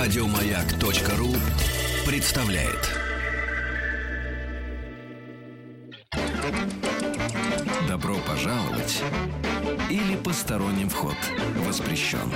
Радиомаяк.ру представляет. Добро пожаловать или посторонним вход воспрещен.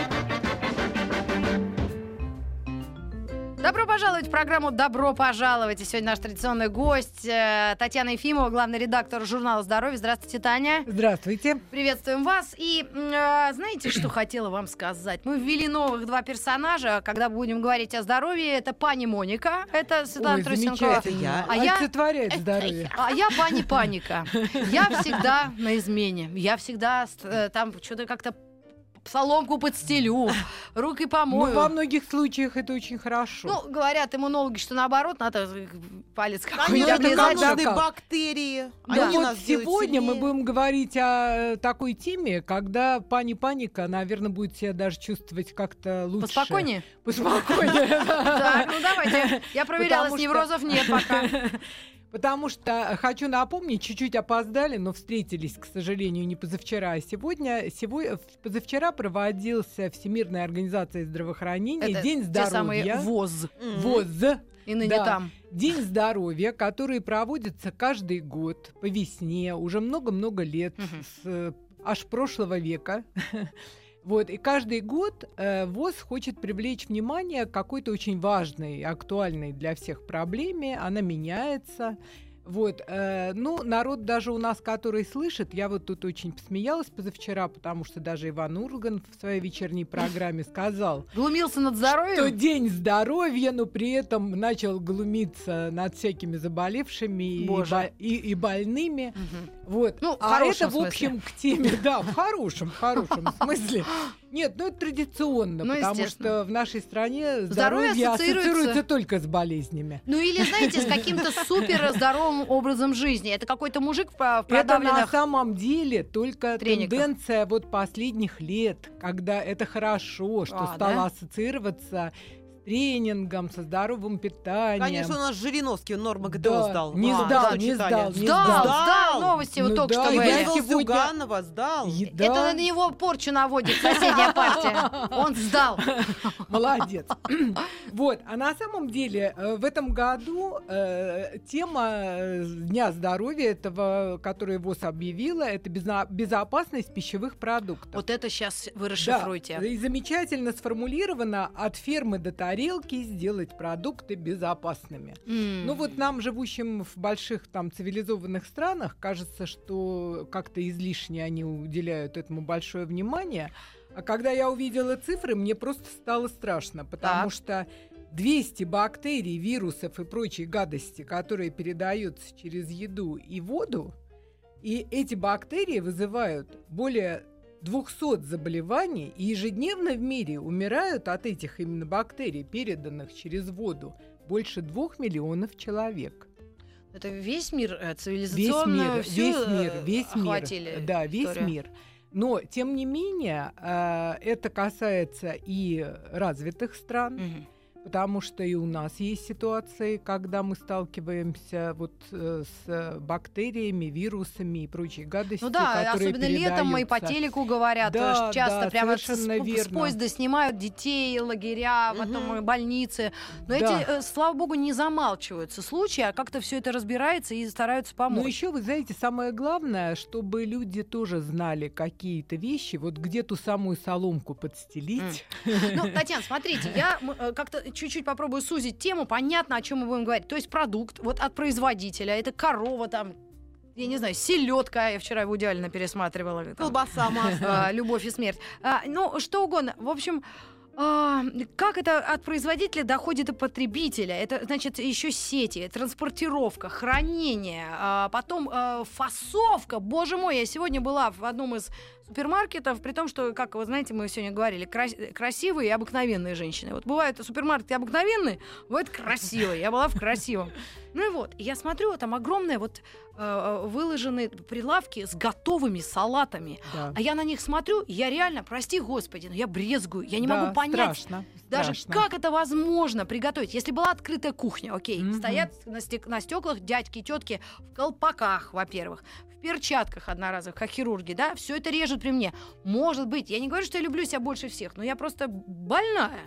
Добро пожаловать в программу «Добро пожаловать». И сегодня наш традиционный гость Татьяна Ефимова, главный редактор журнала «Здоровье». Здравствуйте, Таня. Здравствуйте. Приветствуем вас. И знаете, что хотела вам сказать? Мы ввели новых два персонажа, когда будем говорить о здоровье. Это пани Моника, это Светлана Трусенкова. Олицетворяет здоровье. А я пани Паника. Я всегда на измене. Я всегда там что-то как-то соломку подстелю, руки помою. Ну, во многих случаях это очень хорошо. Ну, говорят иммунологи, что наоборот, надо палец какой-нибудь облизать. Бактерии. Да. Вот сегодня мы будем говорить о такой теме, когда пани Паника, наверное, будет себя даже чувствовать как-то лучше. Поспокойнее? Поспокойнее. Так, ну давайте. Я проверяла, неврозов нет пока. Потому что, хочу напомнить, чуть-чуть опоздали, но встретились, к сожалению, не позавчера, а сегодня. Позавчера проводился Всемирная организация здравоохранения, это День здоровья. Те самые ВОЗ. ВОЗ. И ныне да. там. День здоровья, который проводится каждый год по весне, уже много-много лет, аж прошлого века. Вот, и каждый год ВОЗ хочет привлечь внимание к какой-то очень важной, актуальной для всех проблеме. Она меняется. Вот, ну, народ даже у нас, который слышит, я вот тут очень посмеялась позавчера, потому что даже Иван Ургант в своей вечерней программе сказал, глумился над здоровьем, что День здоровья, но при этом начал глумиться над всякими заболевшими и больными. Вот. Ну, а это, в общем, к теме, да, в хорошем смысле. Нет, ну это традиционно, потому что в нашей стране здоровье ассоциируется только с болезнями. Ну или, знаете, с каким-то супер здоровым образом жизни. Это какой-то мужик в продавленных... Это на самом деле только тенденция вот последних лет, когда это хорошо, что стало ассоциироваться с тренингом, со здоровым питанием. Конечно, у нас Жириновский норма ГТО сдал. Не сдал. Сдал. Новости вот только что были. Я Зюганова сдал. Это на него порчу наводит соседняя партия. Он сдал. Молодец. Вот. А на самом деле в этом году тема Дня здоровья, которую ВОЗ объявила, это безопасность пищевых продуктов. Вот это сейчас вы расшифруйте. Да. И замечательно сформулировано: от фермы до тарелки сделать продукты безопасными. Ну вот нам, живущим в больших там цивилизованных странах, кажется, что как-то излишне они уделяют этому большое внимание. А когда я увидела цифры, мне просто стало страшно, потому что 200 бактерий, вирусов и прочей гадости, которые передаются через еду и воду, и эти бактерии вызывают более 200 заболеваний, и ежедневно в мире умирают от этих именно бактерий, переданных через воду, больше 2 миллионов человек. Это весь мир цивилизационный, весь охватили. Мир. Да, весь мир. Но, тем не менее, это касается и развитых стран, потому что и у нас есть ситуации, когда мы сталкиваемся вот с бактериями, вирусами и прочей гадостью, ну да, которые особенно летом и по телеку говорят, да, часто да, прямо с верно. поезда снимают детей, лагеря, потом больницы. Но эти, слава богу, не замалчиваются случаи, а как-то все это разбирается и стараются помочь. Ну еще, вы знаете, самое главное, чтобы люди тоже знали какие-то вещи, вот где ту самую соломку подстелить. Ну, Татьяна, смотрите, я как-то чуть-чуть попробую сузить тему, понятно, о чем мы будем говорить. То есть продукт вот от производителя, это корова там, я не знаю, селедка, я вчера его идеально пересматривала. Колбаса, масло. Любовь и смерть. Ну, что угодно. В общем, как это от производителя доходит до потребителя? Это, значит, еще сети, транспортировка, хранение, потом фасовка. Боже мой, я сегодня была в одном из супермаркетов, при том, что, как вы знаете, мы сегодня говорили, красивые и обыкновенные женщины. Вот бывают супермаркеты обыкновенные, бывают красивые. Я была в красивом. Ну и вот, я смотрю, там огромные вот выложены прилавки с готовыми салатами. Да. А я на них смотрю, я реально, прости господи, но я брезгую. Я не могу понять даже, как это возможно приготовить. Если была открытая кухня, окей, стоят на стеклах дядьки, тетки в колпаках, во-первых, в перчатках одноразовых, как хирурги, да, все это режут при мне. Может быть, я не говорю, что я люблю себя больше всех, но я просто больная.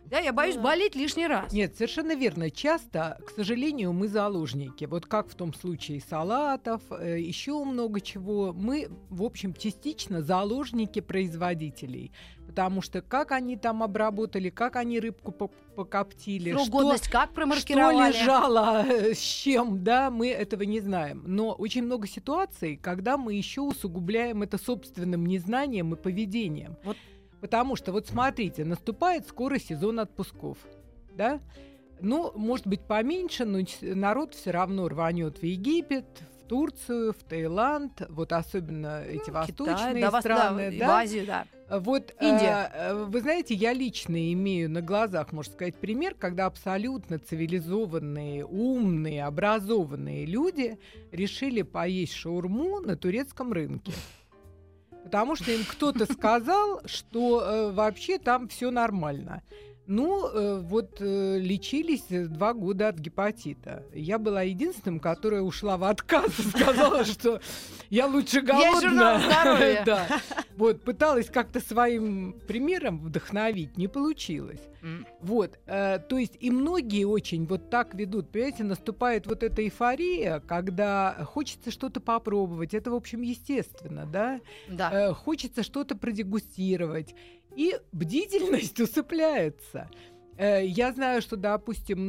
Да, я боюсь болеть лишний раз. Нет, совершенно верно. Часто, к сожалению, мы заложники. Вот как в том случае салатов, еще много чего. Мы, в общем, частично заложники производителей. Потому что как они там обработали, как они рыбку покоптили, Срок годности как промаркировали. что лежало с чем, да, мы этого не знаем. Но очень много ситуаций, когда мы еще усугубляем это собственным незнанием и поведением. Вот. Потому что, вот смотрите, наступает скоро сезон отпусков, да? Ну, может быть, поменьше, но народ все равно рванет в Египет, в Турцию, в Таиланд, вот особенно эти восточные Китай, страны, да, да? в Азию, да. Вот, Индия. вы знаете, я лично имею на глазах, можно сказать, пример, когда абсолютно цивилизованные, умные, образованные люди решили поесть шаурму на турецком рынке. Потому что им кто-то сказал, что вообще там все нормально. Ну, лечились 2 года от гепатита. Я была единственным, которая ушла в отказ и сказала, что я лучше голодная. Есть журнал здоровья. Да. Вот, пыталась как-то своим примером вдохновить, не получилось. Вот, то есть и многие очень вот так ведут. Понимаете, наступает вот эта эйфория, когда хочется что-то попробовать. Это, в общем, естественно, да? Да. Хочется что-то продегустировать. И бдительность усыпляется. Я знаю, что, допустим,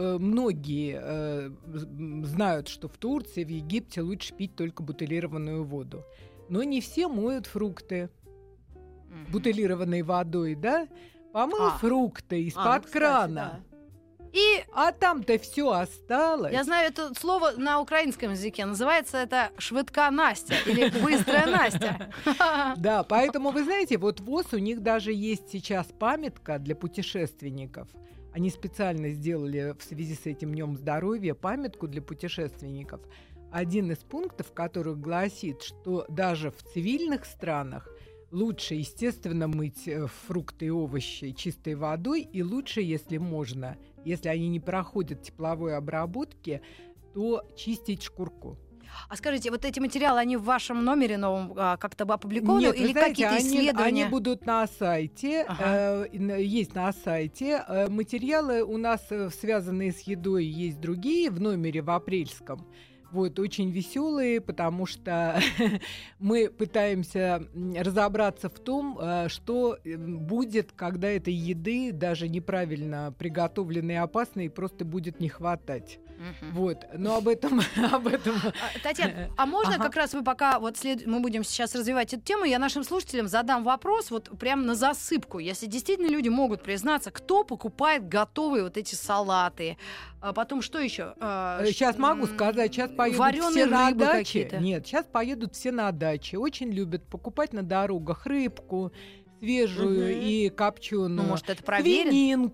многие знают, что в Турции, в Египте лучше пить только бутилированную воду. Но не все моют фрукты бутилированной водой, да? Помыл фрукты из-под крана. А там-то все осталось. Я знаю это слово на украинском языке. Называется это швидка Настя или быстрая Настя. Да, поэтому, вы знаете, вот ВОЗ, у них даже есть сейчас памятка для путешественников. Они специально сделали в связи с этим Днем здоровья памятку для путешественников. Один из пунктов, который гласит, что даже в цивильных странах лучше, естественно, мыть фрукты и овощи чистой водой, и лучше, если можно, если они не проходят тепловой обработки, то чистить шкурку. А скажите, вот эти материалы, они в вашем номере новом как-то опубликованы? Нет, или знаете, какие-то исследования? Они будут на сайте, есть на сайте. Материалы у нас, связанные с едой, есть другие в номере в апрельском. Вот, очень веселые, потому что мы пытаемся разобраться в том, что будет, когда этой еды, даже неправильно приготовленной и опасной, просто будет не хватать. Вот, но об этом... Татьяна, а можно как раз вы пока мы будем сейчас развивать эту тему, я нашим слушателям задам вопрос вот прям на засыпку. Если действительно люди могут признаться, кто покупает готовые вот эти салаты, а потом что еще? Сейчас могу сказать, сейчас поедут все на даче. Нет, сейчас поедут все на даче. Очень любят покупать на дорогах рыбку свежую и копченую. Ну, может, это проверено?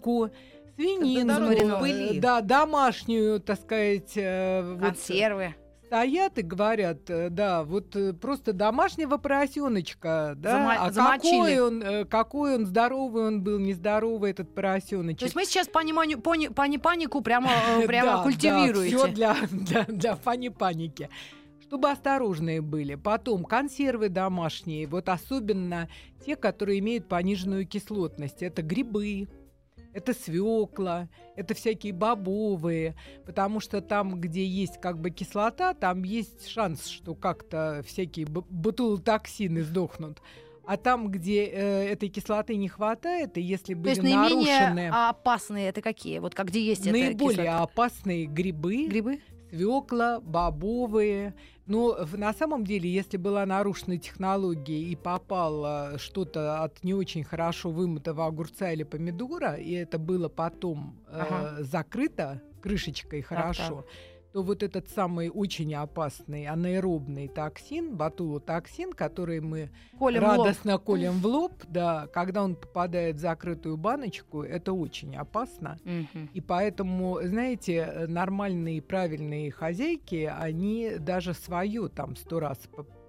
Свинину, да, домашнюю, так сказать. Консервы. Стоят и говорят, да, вот просто домашнего поросеночка, да, какой он здоровый он был, нездоровый этот поросеночек. То есть мы сейчас панику прямо культивируете. Да, все для паники. Чтобы осторожные были. Потом консервы домашние, вот особенно те, которые имеют пониженную кислотность. Это грибы, это свекла, это всякие бобовые, потому что там, где есть как бы кислота, там есть шанс, что как-то всякие ботулотоксины сдохнут. А там, где этой кислоты не хватает, и если были нарушены... То есть наименее опасные это какие? Вот где есть наиболее опасные грибы, свекла, бобовые. Но на самом деле, если была нарушена технология и попало что-то от не очень хорошо вымытого огурца или помидора, и это было потом закрыто крышечкой хорошо, то вот этот самый очень опасный анаэробный токсин, ботулотоксин, который мы радостно колем в лоб, да, когда он попадает в закрытую баночку, это очень опасно. И поэтому, знаете, нормальные правильные хозяйки, они даже свое там 100 раз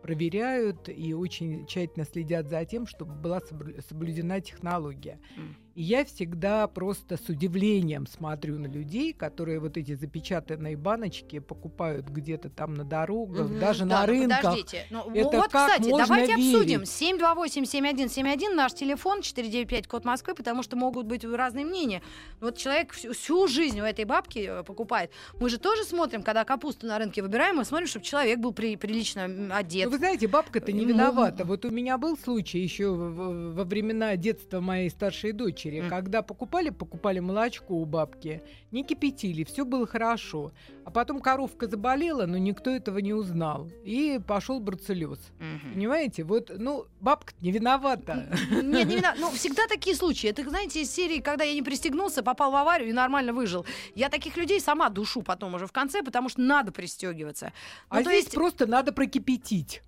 проверяют и очень тщательно следят за тем, чтобы была соблюдена технология. И я всегда просто с удивлением смотрю на людей, которые вот эти запечатанные баночки покупают где-то там на дорогах, даже на рынках. Подождите. Это вот, как кстати, можно давайте обсудим. верить? 728-7171, наш телефон, 495, код Москвы, потому что могут быть разные мнения. Вот человек всю жизнь у этой бабки покупает. Мы же тоже смотрим, когда капусту на рынке выбираем, мы смотрим, чтобы человек был прилично одет. Ну, вы знаете, бабка-то не виновата. Вот у меня был случай еще во времена детства моей старшей дочери, когда покупали молочко у бабки, не кипятили, все было хорошо. А потом коровка заболела, но никто этого не узнал. И пошел бруцеллез. Понимаете? Вот, бабка не виновата. Нет, не виновата. Ну, всегда такие случаи. Это, знаете, из серии, когда я не пристегнулся, попал в аварию и нормально выжил. Я таких людей сама душу потом уже в конце, потому что надо пристегиваться. А здесь просто надо прокипятить.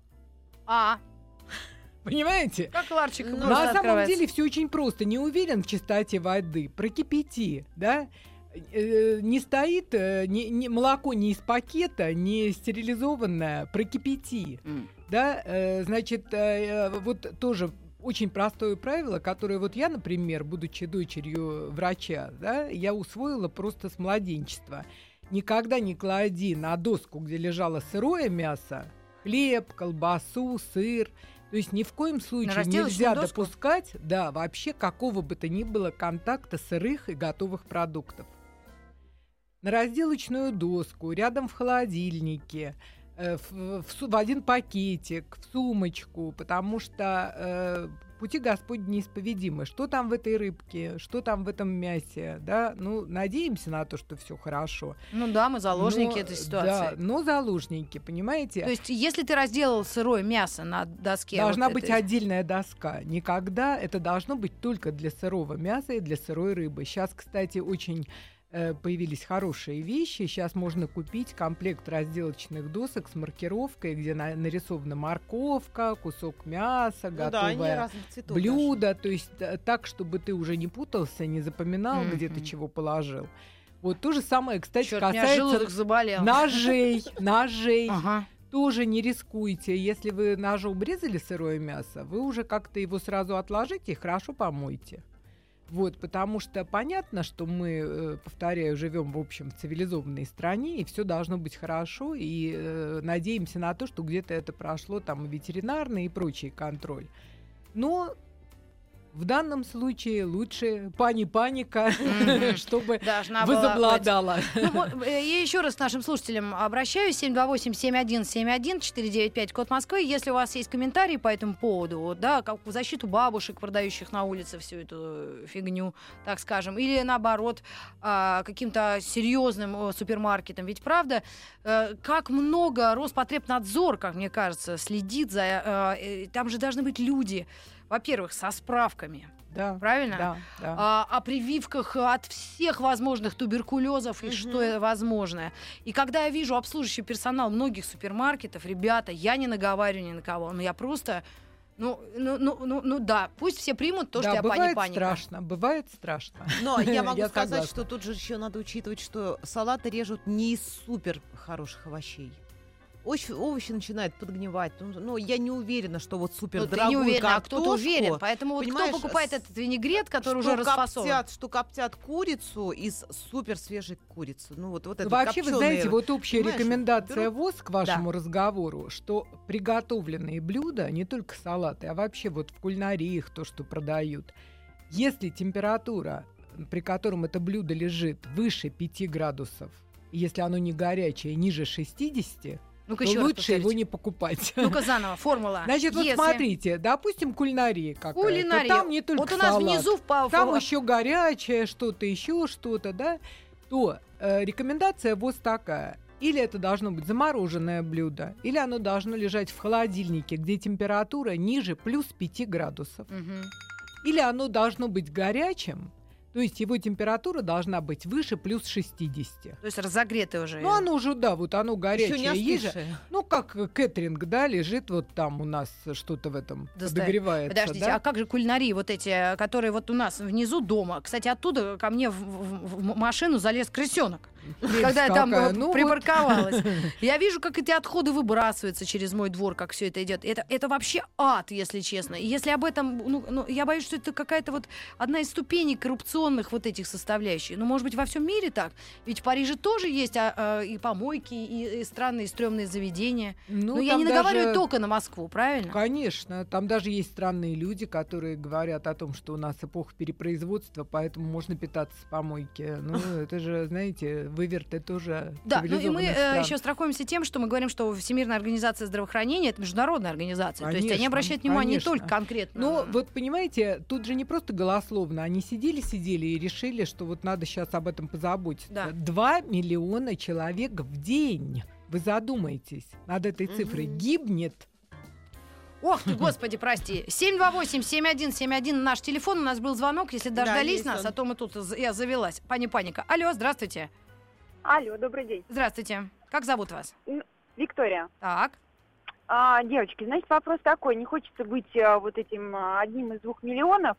Понимаете? Как ларчик. На самом деле все очень просто. Не уверен в чистоте воды, прокипяти, да? Не стоит молоко не из пакета, не стерилизованное, прокипяти, да? Значит, вот тоже очень простое правило, которое вот я, например, будучи дочерью врача, да, я усвоила просто с младенчества. Никогда не клади на доску, где лежало сырое мясо, хлеб, колбасу, сыр. То есть ни в коем случае нельзя допускать, да, вообще какого бы то ни было контакта сырых и готовых продуктов. На разделочную доску, рядом в холодильнике, в один пакетик, в сумочку, потому что пути Господни неисповедимы. Что там в этой рыбке, что там в этом мясе, да? Ну, надеемся на то, что все хорошо. Ну да, мы заложники этой ситуации. Да, но заложники, понимаете? То есть, если ты разделал сырое мясо на доске... Должна быть отдельная доска. Никогда это должно быть только для сырого мяса и для сырой рыбы. Сейчас, кстати, очень... появились хорошие вещи. Сейчас можно купить комплект разделочных досок с маркировкой, где нарисована морковка, кусок мяса, готовое блюдо. То есть так, чтобы ты уже не путался, не запоминал, где ты чего положил. Вот то же самое, кстати, касается ножей. Тоже не рискуйте. Если вы ножом резали сырое мясо, вы уже как-то его сразу отложите и хорошо помойте. Вот, потому что понятно, что мы, повторяю, живем, в общем, в цивилизованной стране, и все должно быть хорошо, и надеемся на то, что где-то это прошло, там, ветеринарный и прочий контроль. Но в данном случае лучше паника, чтобы возобладала. Я еще раз к нашим слушателям обращаюсь. 728-7171, 495, код Москвы. Если у вас есть комментарии по этому поводу, да, как в защиту бабушек, продающих на улице всю эту фигню, так скажем, или наоборот, каким-то серьезным супермаркетом. Ведь правда, как много Роспотребнадзор, как мне кажется, следит за... Там же должны быть люди, во-первых, со справками. Да, правильно? Да. О прививках от всех возможных туберкулезов и что это возможное. И когда я вижу обслуживающий персонал многих супермаркетов, ребята, я не наговариваю ни на кого, но я просто... да, пусть все примут то, что я паника. Бывает страшно. Но я могу сказать, что тут же еще надо учитывать, что салаты режут не из супер хороших овощей. Овощи начинают подгнивать. Я не уверена, что вот супер дорогую ты не уверена, картошку, а кто-то уверен. Поэтому вот кто покупает этот винегрет, который уже расфасован? Что коптят курицу из супер свежей курицы. Это вообще, вы знаете, вот общая рекомендация ВОЗ к вашему разговору, что приготовленные блюда, не только салаты, а вообще вот в кулинариях то, что продают, если температура, при котором это блюдо лежит, выше 5 градусов, если оно не горячее, ниже 60, то лучше его не покупать. Ну-ка заново, формула. Значит, вот смотрите, допустим, кулинария какая-то. Там не только вот у нас салат, внизу там еще горячее что-то, еще что-то, да? То рекомендация ВОЗ такая. Или это должно быть замороженное блюдо, или оно должно лежать в холодильнике, где температура ниже плюс 5 градусов. Или оно должно быть горячим, то есть его температура должна быть выше плюс 60. То есть разогретое уже. Ну, оно уже, да, вот оно горячее. Еще не остывшее. Ну, как кэтеринг, да, лежит вот там у нас что-то в этом подогревается. Подождите, да? А как же кулинарии вот эти, которые вот у нас внизу дома? Кстати, оттуда ко мне в машину залез крысенок. когда я там припарковалась. Я вижу, как эти отходы выбрасываются через мой двор, как все это идет. Это вообще ад, если честно. И если об этом, я боюсь, что это какая-то вот одна из ступеней коррупционных вот этих составляющих. Ну, может быть, во всем мире так? Ведь в Париже тоже есть и помойки, и странные стрёмные заведения. Но я не наговариваю только на Москву, правильно? Конечно. Там даже есть странные люди, которые говорят о том, что у нас эпоха перепроизводства, поэтому можно питаться с помойки. Ну, это же, знаете, выверты тоже. Да, ну и мы еще страхуемся тем, что мы говорим, что Всемирная организация здравоохранения — это международная организация. Конечно, то есть они обращают внимание не только конкретно. Ну, вот понимаете, тут же не просто голословно. Они сидели и решили, что вот надо сейчас об этом позаботиться. Да. 2 миллиона человек в день. Вы задумайтесь над этой цифрой. Гибнет. Ох ты, господи, прости. 728-7171 наш телефон. У нас был звонок. Если дождались нас, а то мы тут, я завелась. Пани Паника. Алло, здравствуйте. Алло, добрый день. Здравствуйте. Как зовут вас? Виктория. Так. Девочки, значит, вопрос такой. Не хочется быть вот этим одним из 2 миллионов.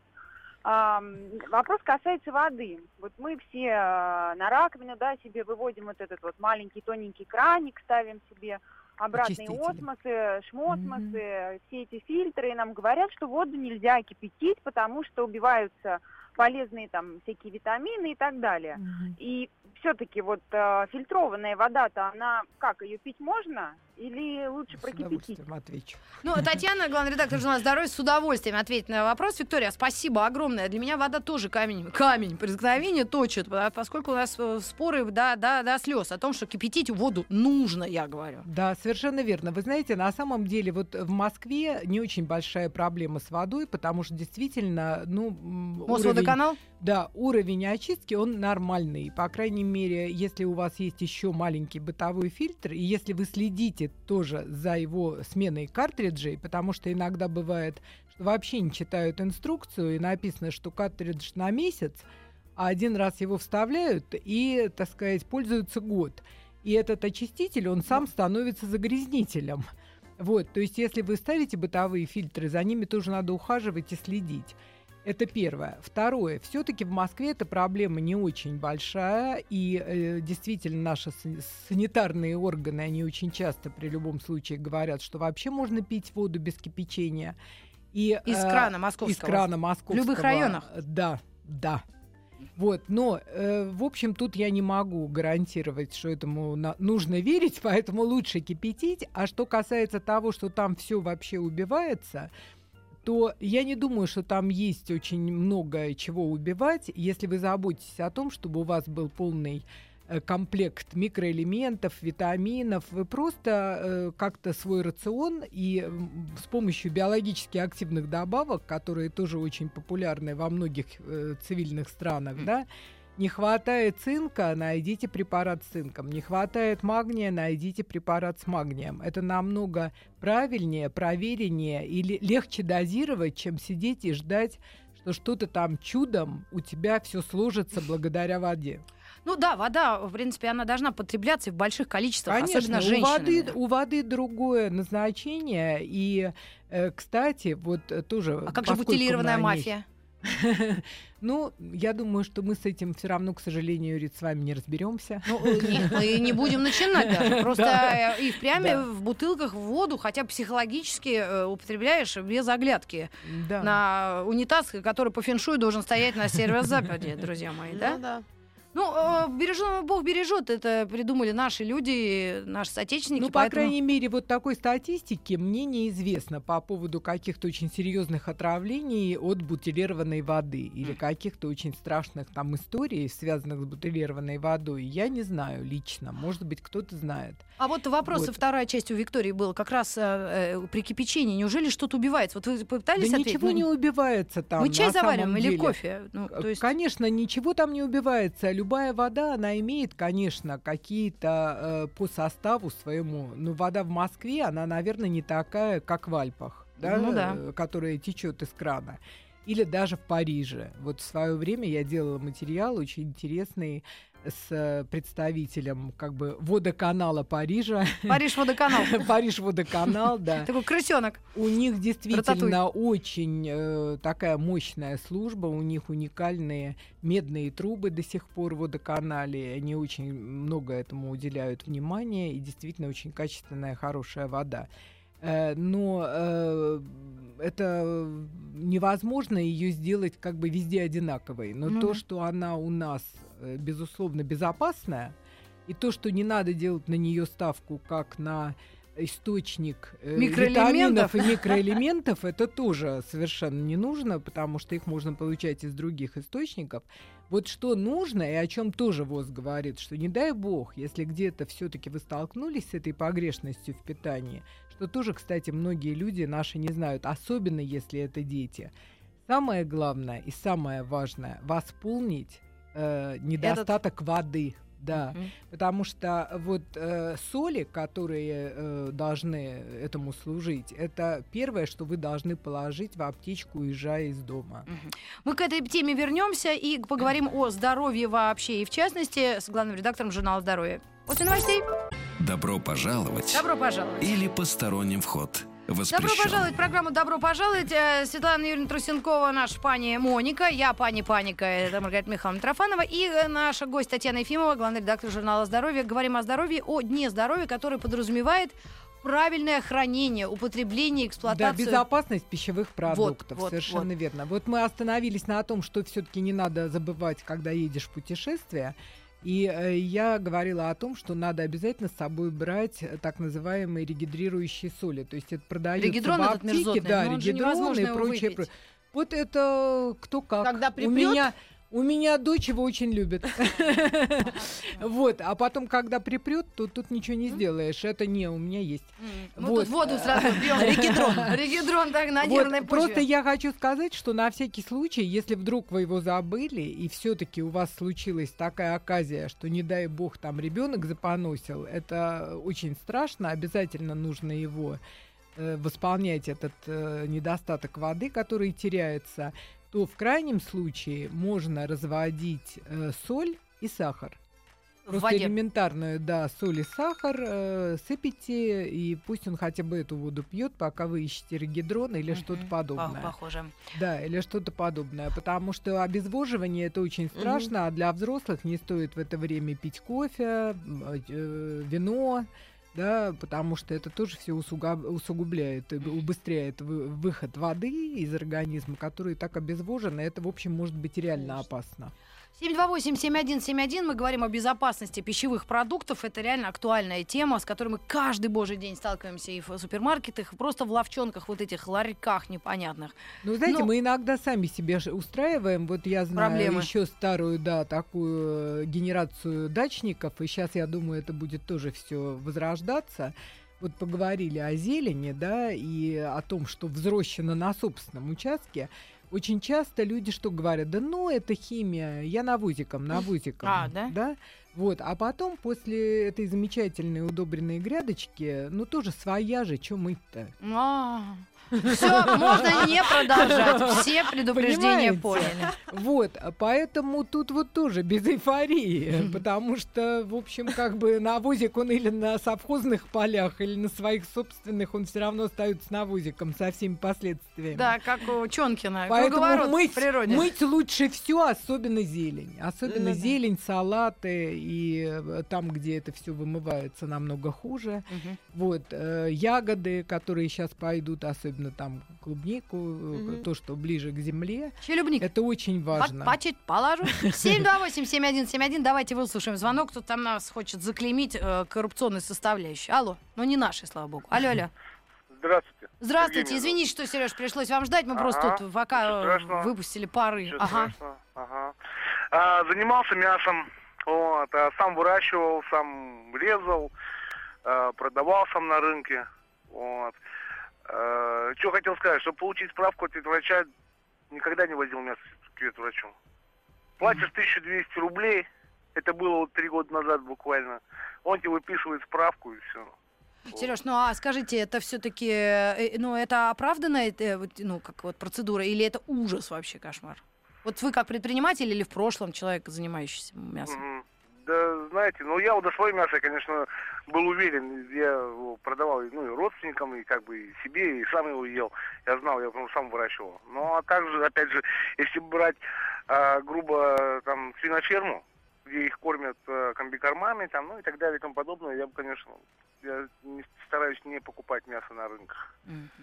Вопрос касается воды. Вот мы все на раковину, да, себе выводим вот этот вот маленький тоненький краник, ставим себе обратные осмосы, шмосмосы, все эти фильтры, и нам говорят, что воду нельзя кипятить, потому что убиваются полезные там всякие витамины и так далее. И все-таки вот фильтрованная вода-то, она как, ее пить можно или лучше прокипятить? С удовольствием отвечу. Ну, Татьяна, главный редактор журнала «Здоровье», с удовольствием ответит на вопрос. Виктория, спасибо огромное. Для меня вода тоже камень преткновения точит, поскольку у нас споры до слез о том, что кипятить воду нужно, я говорю. Да, совершенно верно. Вы знаете, на самом деле вот в Москве не очень большая проблема с водой, потому что действительно, Мосводоканал? Да, уровень очистки, он нормальный. По крайней мере, если у вас есть еще маленький бытовой фильтр, и если вы следите тоже за его сменой картриджей, потому что иногда бывает, что вообще не читают инструкцию, и написано, что картридж на месяц, а один раз его вставляют и, так сказать, пользуются год. И этот очиститель, он сам становится загрязнителем. Вот, то есть если вы ставите бытовые фильтры, за ними тоже надо ухаживать и следить. Это первое. Второе. Все-таки в Москве эта проблема не очень большая, и действительно наши санитарные органы, они очень часто при любом случае говорят, что вообще можно пить воду без кипячения. Из крана московского. Из крана московского. В любых районах. Да. Вот, но, в общем, тут я не могу гарантировать, что этому нужно верить, поэтому лучше кипятить. А что касается того, что там все вообще убивается, то я не думаю, что там есть очень много чего убивать, если вы заботитесь о том, чтобы у вас был полный комплект микроэлементов, витаминов. Вы просто как-то свой рацион и с помощью биологически активных добавок, которые тоже очень популярны во многих цивильных странах, да, не хватает цинка, найдите препарат с цинком. Не хватает магния, найдите препарат с магнием. Это намного правильнее, провереннее и легче дозировать, чем сидеть и ждать, что что-то там чудом у тебя все сложится благодаря воде. Ну да, вода, в принципе, она должна потребляться в больших количествах, конечно, особенно женщинами. У воды другое назначение. И, кстати, вот тоже... А как же бутилированная мафия? Ну, я думаю, что мы с этим все равно, к сожалению, Рит, с вами не разберемся. Ну, мы не будем начинать даже. Просто и впрямь в бутылках воду хотя бы психологически употребляешь без оглядки на унитаз, который по феншую должен стоять на северо-западе, друзья мои, да? Да. Ну, береженого Бог бережет, это придумали наши люди, наши соотечественники. Ну, по крайней мере, вот такой статистики мне неизвестно по поводу каких-то очень серьезных отравлений от бутилированной воды или каких-то очень страшных там историй, связанных с бутилированной водой. Я не знаю лично, может быть, кто-то знает. А вот вопрос, вот. Вторая часть у Виктории была как раз при кипячении. Неужели что-то убивается? Вот вы пытались ответить? Ничего не убивается там. Мы чай на завариваем самом или деле. кофе? Ну, то есть... Конечно, ничего там не убивается. Любая вода, она имеет, конечно, какие-то по составу своему. Но вода в Москве, она, наверное, не такая, как в Альпах, да? Которая течет из крана. Или даже в Париже. Вот в свое время я делала материал очень интересный с представителем как бы водоканала Парижа. Париж-водоканал. Париж-водоканал, да. Такой крысенок. У них действительно очень такая мощная служба, у них уникальные медные трубы до сих пор в водоканале, они очень много этому уделяют внимания, и действительно очень качественная, хорошая вода. Но это невозможно ее сделать как бы везде одинаковой. Но то, что она у нас, безусловно, безопасная, и то, что не надо делать на нее ставку как на источник витаминов и микроэлементов, это тоже совершенно не нужно, потому что их можно получать из других источников. Вот что нужно, и о чем тоже ВОЗ говорит, что не дай бог, если где-то все-таки вы столкнулись с этой погрешностью в питании, что тоже, кстати, многие люди наши не знают, особенно если это дети. Самое главное и самое важное — восполнить недостаток воды. Да, потому что вот соли, которые должны этому служить, это первое, что вы должны положить в аптечку, уезжая из дома. Мы к этой теме вернемся и поговорим о здоровье вообще, и в частности с главным редактором журнала «Здоровье». После новостей. Добро пожаловать. Добро пожаловать. Или посторонним вход воспрещен. Добро пожаловать в программу «Добро пожаловать». Светлана Юрьевна Трусенкова, наша пани Моника, я пани Паника, это Маргарита Михайловна Трофанова, и наша гость Татьяна Ефимова, главный редактор журнала «Здоровье». Говорим о здоровье, о Дне здоровья, который подразумевает правильное хранение, употребление, эксплуатацию. Да, безопасность пищевых продуктов, совершенно верно. Вот мы остановились на том, что все-таки не надо забывать, когда едешь в путешествие. И я говорила о том, что надо обязательно с собой брать так называемые регидрирующие соли. То есть это продается регидрон в аптеке, да, регидрон и прочее. Вот это кто как. Когда припрёт? У меня дочь его очень любит. Вот, а потом, когда припрет, то тут ничего не сделаешь. Это не у меня есть. Мы тут воду сразу пьем. Регидрон так на нервной почве. Просто я хочу сказать, что на всякий случай, если вдруг вы его забыли, и все-таки у вас случилась такая оказия, что, не дай бог, там ребенок запоносил, это очень страшно, обязательно нужно его восполнять, этот недостаток воды, который теряется, то в крайнем случае можно разводить соль и сахар. Просто элементарную, да, соль и сахар сыпите, и пусть он хотя бы эту воду пьет, пока вы ищете регидрон или что-то подобное. Похоже. Да, или что-то подобное. Потому что обезвоживание — это очень страшно, а для взрослых не стоит в это время пить кофе, вино. Да, потому что это тоже все усугубляет и убыстряет выход воды из организма, который так обезвожен, и это, в общем, может быть реально опасно. 728-7171. Мы говорим о безопасности пищевых продуктов. Это реально актуальная тема, с которой мы каждый божий день сталкиваемся и в супермаркетах, и просто в лавчонках, вот этих ларьках непонятных. Ну, знаете, мы иногда сами себе устраиваем. Вот я знаю еще старую, да, такую генерацию дачников, и сейчас, я думаю, это будет тоже все возрождаться. Вот поговорили о зелени, да, и о том, что взрощено на собственном участке. Очень часто люди что говорят? Да ну, это химия, я навозиком. Да? Вот, а потом после этой замечательной удобренной грядочки, ну тоже своя же, что мыть-то? Все, можно не продолжать. Все предупреждения поняли. Вот, поэтому тут вот тоже без эйфории, потому что, в общем, как бы навозик он или на совхозных полях, или на своих собственных, он все равно остается навозиком со всеми последствиями. Да, как у Чонкина. Поэтому мыть лучше все, особенно зелень. Особенно зелень, салаты, и там, где это все вымывается, намного хуже. Вот, ягоды, которые сейчас пойдут, особенно там клубнику, то, что ближе к земле. Челюбник. Это очень важно. Пачить положу. 728-7171. Давайте выслушаем звонок. Кто-то там нас хочет заклеймить коррупционной составляющей. Алло. Ну, не нашей, слава богу. Алло. Здравствуйте. Здравствуйте. Извините, что, Сереж, пришлось вам ждать. Мы просто тут пока выпустили пары. Занимался мясом. Вот, сам выращивал, сам резал, продавал сам на рынке. Вот. Что хотел сказать, чтобы получить справку от ветврача, никогда не возил мясо к ветврачу. Платишь 1200 рублей, это было вот 3 года назад буквально. Он тебе выписывает справку и все. Сереж, ну а скажите, это все-таки, ну это оправданная, ну как вот процедура, или это ужас вообще, кошмар? Вот вы как предприниматель или в прошлом человек, занимающийся мясом? Да, знаете, я вот до свое мясо, конечно, был уверен. Я его продавал и родственникам, и как бы и себе, и сам его ел. Я знал, я сам выращивал. Ну, а также, опять же, если брать грубо там свиноферму, где их кормят комбикормами, там, и так далее, и тому подобное, я бы, конечно, стараюсь не покупать мясо на рынках.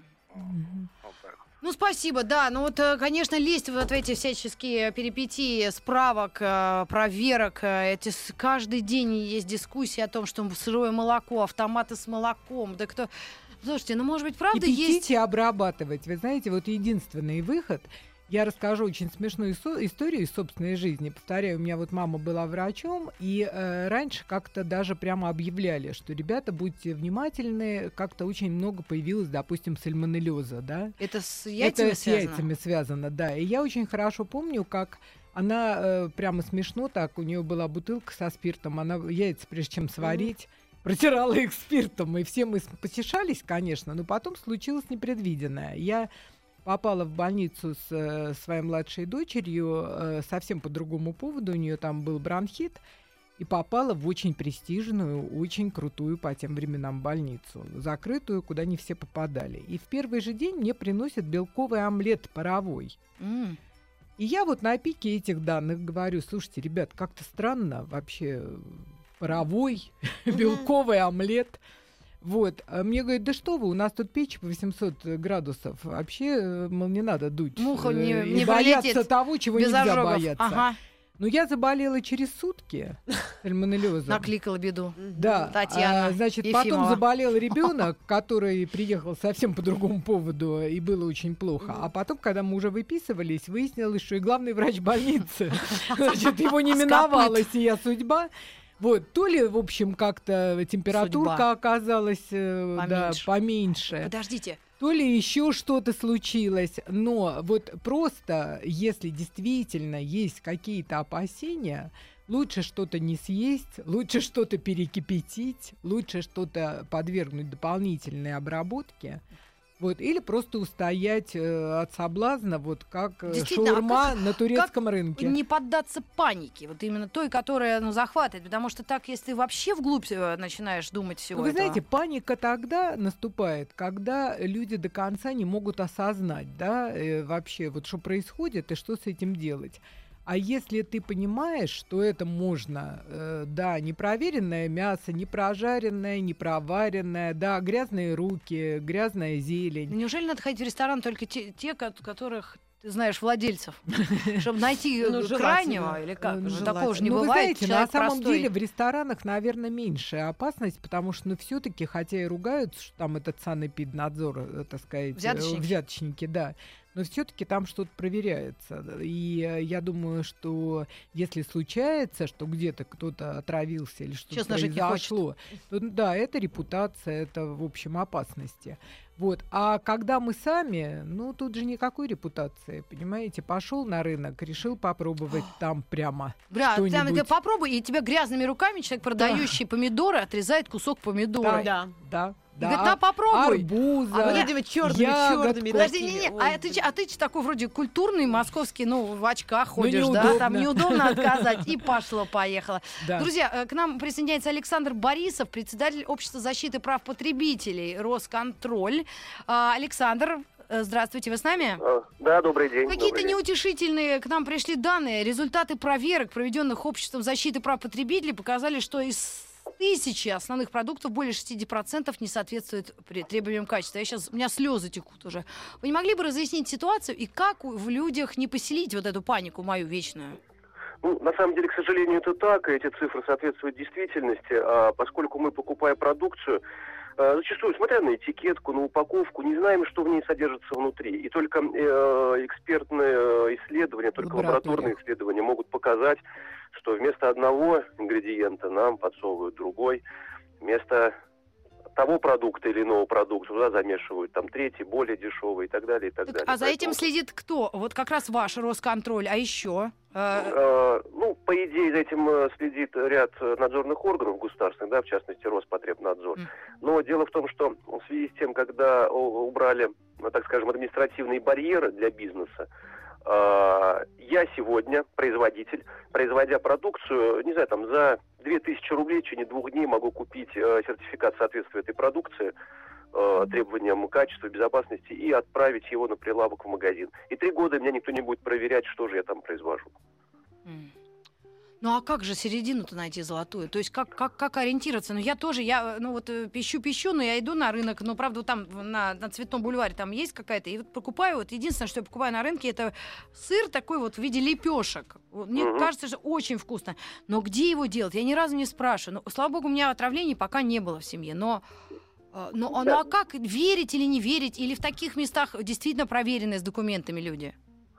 Вот так. Ну, спасибо, да. Конечно, лезть в эти всяческие перипетии справок, проверок. Каждый день есть дискуссии о том, что сырое молоко, автоматы с молоком. Да кто... Слушайте, может быть, правда есть... И обрабатывать. Вы знаете, вот единственный выход... Я расскажу очень смешную историю из собственной жизни. Повторяю, у меня вот мама была врачом, и раньше как-то даже прямо объявляли, что, ребята, будьте внимательны, как-то очень много появилось, допустим, сальмонеллеза, да? Это с яйцами связано? С яйцами связано, да. И я очень хорошо помню, как она прямо смешно так, у нее была бутылка со спиртом, она яйца, прежде чем сварить, протирала их спиртом, и все мы потешались, конечно, но потом случилось непредвиденное. Я попала в больницу с своей младшей дочерью совсем по другому поводу. У нее там был бронхит. И попала в очень престижную, очень крутую по тем временам больницу. Закрытую, куда не все попадали. И в первый же день мне приносят белковый омлет паровой. И я вот на пике этих данных говорю: слушайте, ребят, как-то странно вообще паровой белковый омлет. Вот. А мне говорят: да что вы, у нас тут печь по 800 градусов. Вообще, не надо дуть. Муха не бояться того, чего нельзя ожогов. бояться. Ага. Но я заболела через сутки сальмонеллезом. Накликала беду. Да. Татьяна Значит, Ефимова. потом заболел ребенок, который приехал совсем по другому поводу, и было очень плохо. А потом, когда мы уже выписывались, выяснилось, что и главный врач больницы, значит, его не миновала сия судьба. Вот, то ли, в общем, как-то температурка оказалась поменьше. Подождите. То ли еще что-то случилось. Но вот просто, если действительно есть какие-то опасения, лучше что-то не съесть, лучше что-то перекипятить, лучше что-то подвергнуть дополнительной обработке. Вот, или просто устоять от соблазна, вот как шаурма на турецком рынке. Не поддаться панике, вот именно той, которая захватывает, потому что так, если вообще вглубь начинаешь думать всего Вы этого... знаете, паника тогда наступает, когда люди до конца не могут осознать, да, вообще, вот что происходит и что с этим делать. А если ты понимаешь, что это можно, да, непроверенное мясо, не прожаренное, не проваренное, да, грязные руки, грязная зелень. Неужели надо ходить в ресторан только те которых ты знаешь владельцев, чтобы найти крайнего или как? Такого же не бывает. Вы знаете, на самом простой. деле в ресторанах, наверное, меньшая опасность, потому что, все-таки, хотя и ругаются, что там этот санэпиднадзор, так сказать, взяточники, да, но все-таки там что-то проверяется. И я думаю, что если случается, что где-то кто-то отравился или что-то произошло, то да, это репутация, это, в общем, опасности. Вот. А когда мы сами, тут же никакой репутации, понимаете? Пошел на рынок, решил попробовать там прямо что-нибудь. Ты попробуй, и тебя грязными руками человек, продающий помидоры, отрезает кусок помидора. Да. И говорит: на, попробуй. Арбуза, черными. Подожди, а ты такой вроде культурный, московский, в очках ходишь, да? Там неудобно отказать. И пошло-поехало. Да. Друзья, к нам присоединяется Александр Борисов, председатель Общества защиты прав потребителей «Росконтроль». Александр, здравствуйте, вы с нами? Да, добрый день. Какие-то неутешительные к нам пришли данные. Результаты проверок, проведенных Обществом защиты прав потребителей, показали, что из 1000 основных продуктов более 60% не соответствуют требованиям качества. У меня слезы текут уже. Вы не могли бы разъяснить ситуацию и как в людях не поселить вот эту панику мою вечную? На самом деле, к сожалению, это так. Эти цифры соответствуют действительности. Поскольку мы, покупая продукцию, зачастую, смотря на этикетку, на упаковку, не знаем, что в ней содержится внутри. И только экспертные исследования, только лабораторные исследования могут показать, что вместо одного ингредиента нам подсовывают другой, вместо того продукта или иного продукта туда замешивают там третий, более дешевый и так далее, и так далее. А за этим следит кто? Вот как раз ваш Росконтроль, а еще? По идее, за этим следит ряд надзорных органов государственных, да, в частности, Роспотребнадзор. Но дело в том, что в связи с тем, когда убрали, так скажем, административные барьеры для бизнеса, Я сегодня, производитель, производя продукцию, не знаю, там за 2000 рублей в течение 2 дней могу купить сертификат соответствия этой продукции требованиям качества, безопасности и отправить его на прилавок в магазин. И 3 года меня никто не будет проверять, что же я там произвожу. Ну а как же середину-то найти золотую? То есть как ориентироваться? Ну я тоже, пищу, но я иду на рынок, но правда там на Цветном бульваре там есть какая-то, и вот покупаю, вот единственное, что я покупаю на рынке, это сыр такой вот в виде лепешек. Мне кажется, что очень вкусно. Но где его делать? Я ни разу не спрашиваю. Ну, слава богу, у меня отравлений пока не было в семье, но а как верить или не верить? Или в таких местах действительно проверенные с документами люди?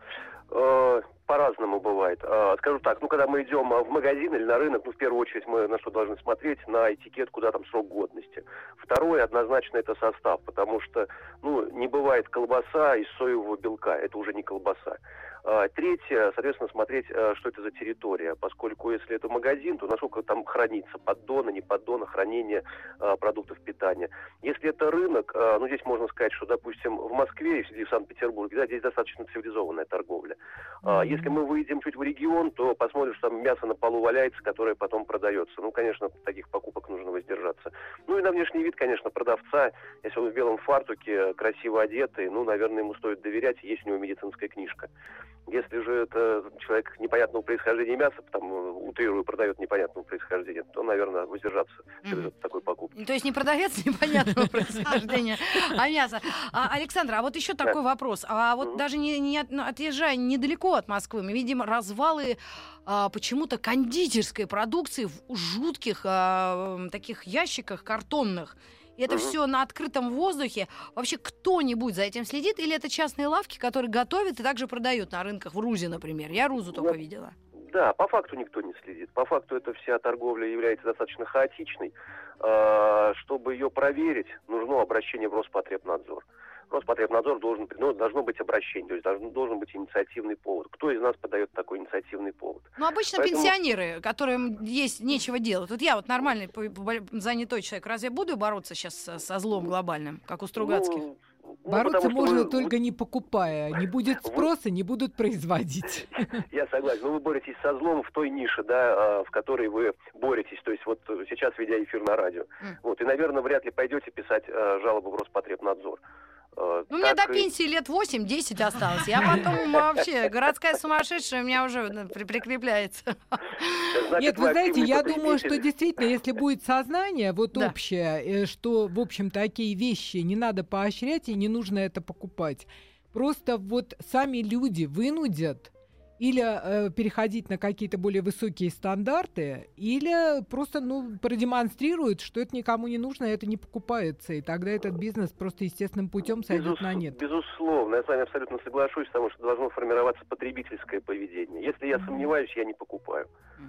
По-разному бывает. Скажу так, когда мы идем в магазин или на рынок, в первую очередь мы на что должны смотреть? На этикетку, там срок годности. Второе, однозначно, это состав, потому что, не бывает колбаса из соевого белка, это уже не колбаса. Третье, соответственно, смотреть, что это за территория, поскольку если это магазин, то насколько там хранится, поддона, не поддона, хранение продуктов питания. Если это рынок, здесь можно сказать, что, допустим, в Москве и в Санкт-Петербурге, здесь достаточно цивилизованная торговля. Если мы выйдем чуть в регион, то посмотрим, что там мясо на полу валяется, которое потом продается. Конечно, от таких покупок нужно воздержаться. И на внешний вид, конечно, продавца, если он в белом фартуке, красиво одетый, наверное, ему стоит доверять, есть у него медицинская книжка. Если же это человек непонятного происхождения мяса, утрирую, продает непонятного происхождения, то, наверное, воздержаться от такой покупки. То есть не продавец непонятного происхождения, а мясо. Александр, а вот еще такой вопрос. А вот даже отъезжая недалеко от Москвы, мы видим развалы почему-то кондитерской продукции в жутких таких ящиках картонных. И это все на открытом воздухе. Вообще кто-нибудь за этим следит? Или это частные лавки, которые готовят и также продают на рынках? В Рузе, например. Я Рузу только видела. Да, по факту никто не следит. По факту эта вся торговля является достаточно хаотичной. Чтобы ее проверить, нужно обращение в Роспотребнадзор. Роспотребнадзор должно быть обращение, то есть должен быть инициативный повод. Кто из нас подает такой инициативный повод? Обычно пенсионеры, которым есть нечего делать. Вот я нормальный занятой человек, разве буду бороться сейчас со злом глобальным, как у Стругацких? Бороться можно только не покупая. Не будет спроса, не будут производить. Я согласен. Вы боретесь со злом в той нише, в которой вы боретесь. То есть сейчас, ведя эфир на радио. И, наверное, вряд ли пойдете писать жалобу в Роспотребнадзор. У меня до пенсии лет 8-10 осталось. Я потом вообще, городская сумасшедшая у меня уже прикрепляется. Нет, вы знаете, я думаю, что действительно, если будет сознание общее, что, в общем, такие вещи не надо поощрять и не нужно это покупать. Просто сами люди вынудят или переходить на какие-то более высокие стандарты, или просто продемонстрируют, что это никому не нужно, это не покупается, и тогда этот бизнес просто естественным путем сойдет на нет. Безусловно, я с вами абсолютно соглашусь, потому что должно формироваться потребительское поведение. Если я сомневаюсь, я не покупаю.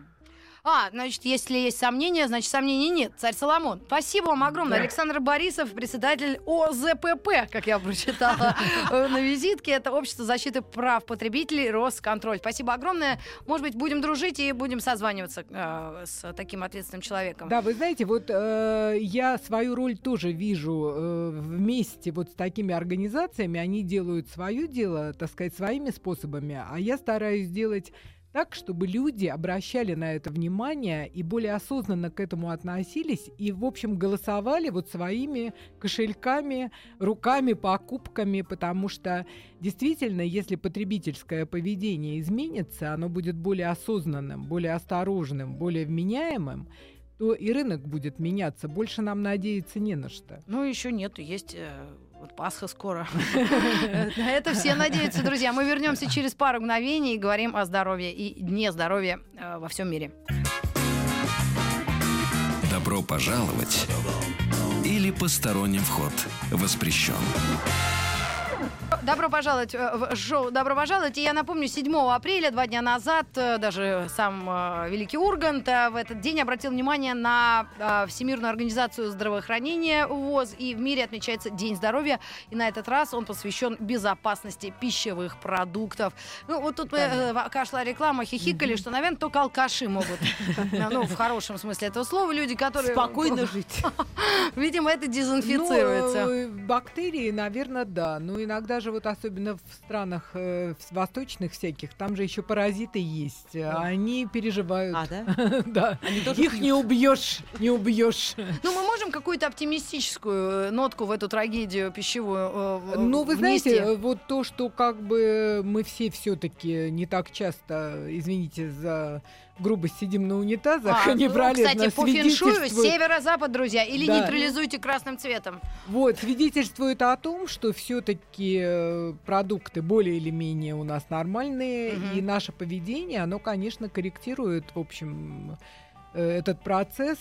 Значит, если есть сомнения, значит, сомнений нет. Царь Соломон. Спасибо вам огромное. Да. Александр Борисов, председатель ОЗПП, как я прочитала на визитке. Это Общество защиты прав потребителей Росконтроль. Спасибо огромное. Может быть, будем дружить и будем созваниваться с таким ответственным человеком. Да, вы знаете, я свою роль тоже вижу вместе с такими организациями. Они делают свое дело, так сказать, своими способами, а я стараюсь делать так, чтобы люди обращали на это внимание и более осознанно к этому относились и, в общем, голосовали своими кошельками, руками, покупками, потому что действительно, если потребительское поведение изменится, оно будет более осознанным, более осторожным, более вменяемым, то и рынок будет меняться. Больше нам надеяться не на что. Еще нет, есть... Пасха скоро. На это все надеются, друзья. Мы вернемся через пару мгновений и говорим о здоровье и Дне здоровья во всем мире. Добро пожаловать или посторонним вход воспрещен. Добро пожаловать в шоу «Добро пожаловать». И я напомню, 7 апреля, 2 дня назад, даже сам Великий Ургант в этот день обратил внимание на Всемирную организацию здравоохранения ВОЗ. И в мире отмечается День здоровья. И на этот раз он посвящен безопасности пищевых продуктов. Тут шла реклама, хихикали, что, наверное, только алкаши могут, в хорошем смысле этого слова, люди, которые... Спокойно жить. Видимо, это дезинфицируется. Бактерии, наверное, да. Но иногда же же вот особенно в странах восточных всяких, там же еще паразиты есть. Они переживают. Да? Да. Они тоже Их не убьешь. Ну, мы можем какую-то оптимистическую нотку в эту трагедию пищевую Ну, вы внести? знаете, вот то, что как бы мы все-таки не так часто, извините за грубость, сидим на унитазах, кстати, по феншую северо-запад, друзья, или Да. нейтрализуйте красным цветом. Вот, свидетельствует о том, что все-таки продукты более или менее у нас нормальные, и наше поведение, оно, конечно, корректирует, в общем, этот процесс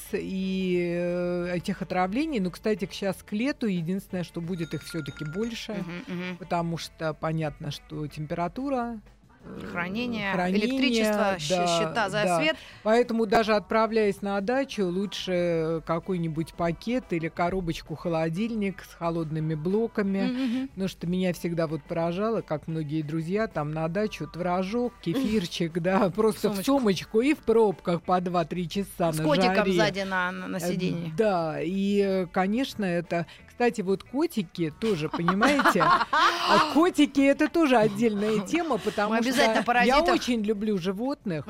и этих отравлений. Ну, кстати, сейчас к лету единственное, что будет их все-таки больше, потому что понятно, что температура, Хранение, электричество, счета за свет. Поэтому даже отправляясь на дачу, лучше какой-нибудь пакет или коробочку-холодильник с холодными блоками. Потому что меня всегда вот поражало, как многие друзья там на дачу творожок, кефирчик, да, просто в сумочку и в пробках по 2-3 часа на жаре. С котиком сзади на сиденье. Да, и, конечно, это... Кстати, вот котики тоже, понимаете? Котики — это тоже отдельная тема, потому что я очень люблю животных,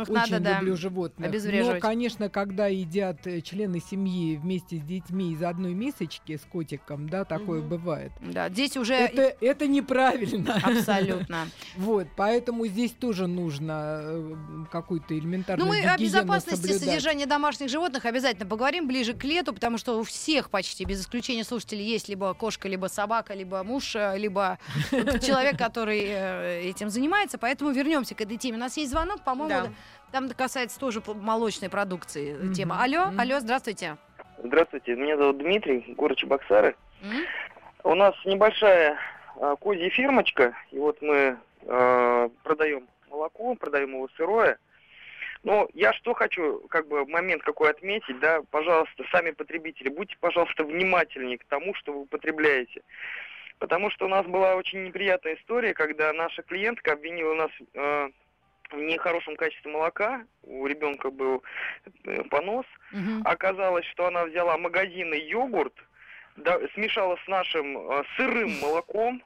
но, конечно, когда едят члены семьи вместе с детьми из одной мисочки с котиком, да, такое бывает. Да, здесь уже... Это неправильно. Абсолютно. Вот, поэтому здесь тоже нужно какую-то элементарную гигиену соблюдать. Ну, мы о безопасности содержания домашних животных обязательно поговорим ближе к лету, потому что у всех почти, без исключения слушателей, есть либо кошка, либо собака, либо муж, либо человек, который этим занимается. Поэтому вернемся к этой теме. У нас есть звонок, по-моему, там касается тоже молочной продукции тема. Алло, здравствуйте. Здравствуйте, меня зовут Дмитрий, город Чебоксары. У нас небольшая козья фермочка, и вот мы продаем молоко, продаем его сырое. Но я что хочу, как бы, момент какой отметить, да, пожалуйста, сами потребители, будьте, пожалуйста, внимательнее к тому, что вы потребляете. Потому что у нас была очень неприятная история, когда наша клиентка обвинила нас в нехорошем качестве молока, у ребенка был понос. Оказалось, что она взяла магазинный йогурт, смешала с нашим сырым молоком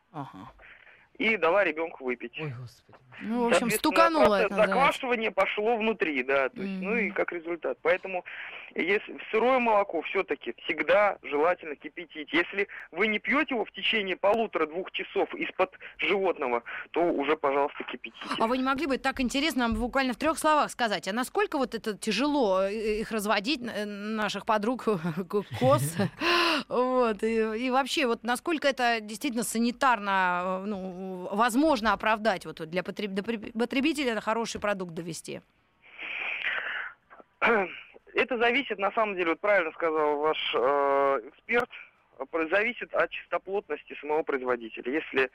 и дала ребенку выпить. Ой, Господи. Ну, в общем, стукануло это. Заквашивание пошло внутри, да, то есть, ну и как результат. Поэтому если сырое молоко все-таки всегда желательно кипятить. Если вы не пьете его в течение 1,5-2 часов из-под животного, то уже, пожалуйста, кипятите. А вы не могли бы, так интересно, нам буквально в 3 словах сказать, а насколько вот это тяжело их разводить, наших подруг, коз, вот, и вообще, вот насколько это действительно санитарно, ну, возможно оправдать вот для потребителя хороший продукт довести? Это зависит, на самом деле, вот правильно сказал ваш эксперт, зависит от чистоплотности самого производителя. Если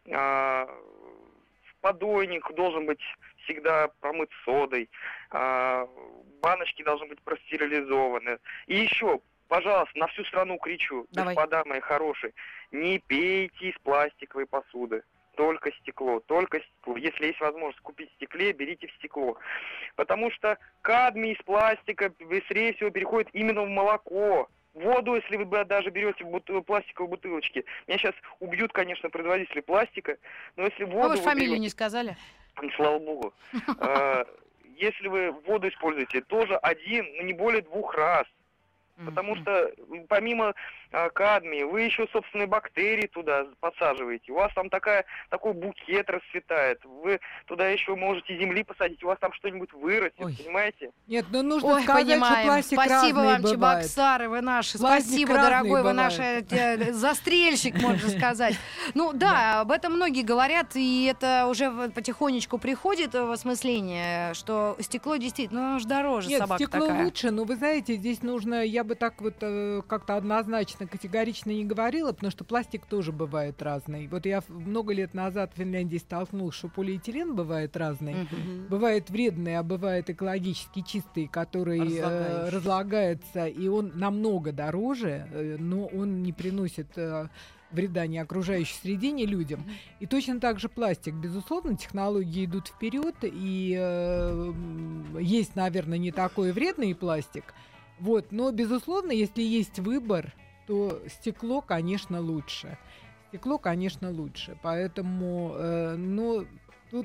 подойник должен быть всегда промыт содой, баночки должны быть простерилизованы. И еще, пожалуйста, на всю страну кричу, господа мои хорошие, не пейте из пластиковой посуды. Только стекло, только стекло. Если есть возможность купить в стекле, берите в стекло. Потому что кадмий из пластика быстрее всего переходит именно в молоко. Воду, если вы даже берете пластиковые бутылочки. Меня сейчас убьют, конечно, производители пластика, но если воду... А вы же фамилию не сказали? Слава богу. Если вы воду используете, тоже 1, но не более 2 раз. Потому что помимо кадмия вы еще собственные бактерии туда подсаживаете. У вас там такой букет расцветает. Вы туда еще можете земли посадить, у вас там что-нибудь вырастет, понимаете? Нет, ну нужно сказать, понимаем. Что пластик Спасибо вам, бывает. Чебоксары, вы наши. Пластик спасибо, дорогой, вы наш бывает. застрельщик, можно сказать. Ну да, об этом многие говорят, и это уже потихонечку приходит в осмысление, что стекло действительно дороже, Нет, собака стекло такая. лучше, но вы знаете, здесь нужно, я бы так вот как-то однозначно, категорично не говорила, потому что пластик тоже бывает разный. Вот я много лет назад в Финляндии столкнулась, что полиэтилен бывает разный. Бывает вредный, а бывает экологически чистый, который разлагается, и он намного дороже, но он не приносит вреда ни окружающей среде, ни людям. И точно так же пластик. Безусловно, технологии идут вперед, и есть, наверное, не такой вредный пластик. Вот, но, безусловно, если есть выбор, то стекло, конечно, лучше. стекло, конечно, лучше. Поэтому, тут...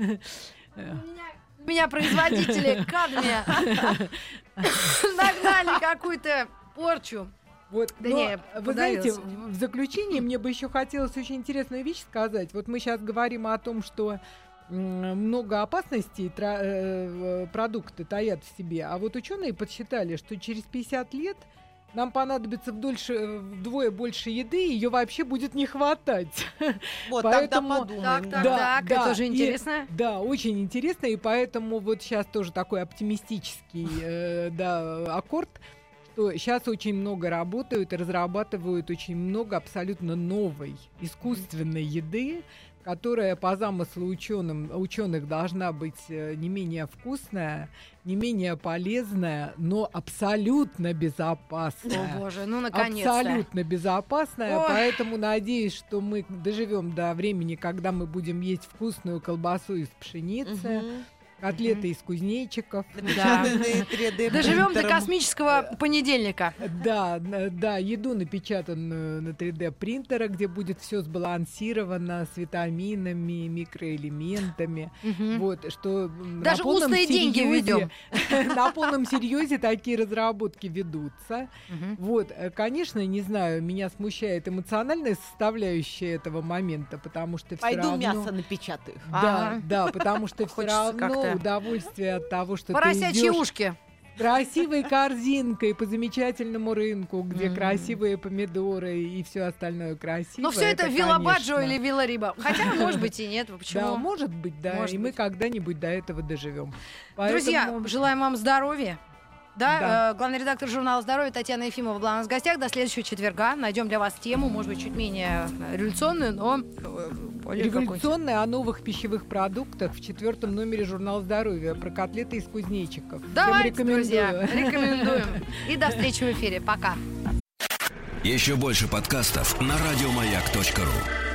У меня производители кадмия нагнали какую-то порчу. Вот, да вы знаете, в заключение мне бы еще хотелось очень интересную вещь сказать. Вот мы сейчас говорим о том, что много опасностей продукты таят в себе, а вот ученые подсчитали, что через 50 лет нам понадобится вдвое больше еды, ее вообще будет не хватать. Вот, поэтому... тогда подумаем. Так, это уже интересно. Да, очень интересно, и поэтому вот сейчас тоже такой оптимистический аккорд, что сейчас очень много работают и разрабатывают очень много абсолютно новой искусственной еды, которая по замыслу ученых должна быть не менее вкусная, не менее полезная, но абсолютно безопасная. О боже, ну наконец-то. Абсолютно безопасная, Ой. поэтому надеюсь, что мы доживем до времени, когда мы будем есть вкусную колбасу из пшеницы, котлеты из кузнечиков. Да. Доживем до космического понедельника. Да, еду, напечатанную на 3D-принтера, где будет все сбалансировано с витаминами, микроэлементами. Вот, что даже устные деньги введем. На полном серьезе такие разработки ведутся. Вот, конечно, не знаю, меня смущает эмоциональная составляющая этого момента, потому что все равно... Пойду мясо напечатаю. Да, потому что все равно удовольствие от того, что поросячьи ты идёшь ушки. красивой корзинкой по замечательному рынку, где красивые помидоры и все остальное красивое. Но все это Вилла Баджо или Вилла Риба. Хотя, может быть, и нет. Почему? Да, может быть, да. Может и быть. мы когда-нибудь до этого доживем. Друзья, желаем вам здоровья. Да, главный редактор журнала «Здоровье» Татьяна Ефимова была у нас в гостях. До следующего четверга. Найдем для вас тему, может быть, чуть менее революционную, но более революционная о новых пищевых продуктах в 4-м номере журнала «Здоровье» про котлеты из кузнечиков. Давайте, друзья, рекомендуем. И до встречи в эфире. Пока. Еще больше подкастов на радиомаяк.ру.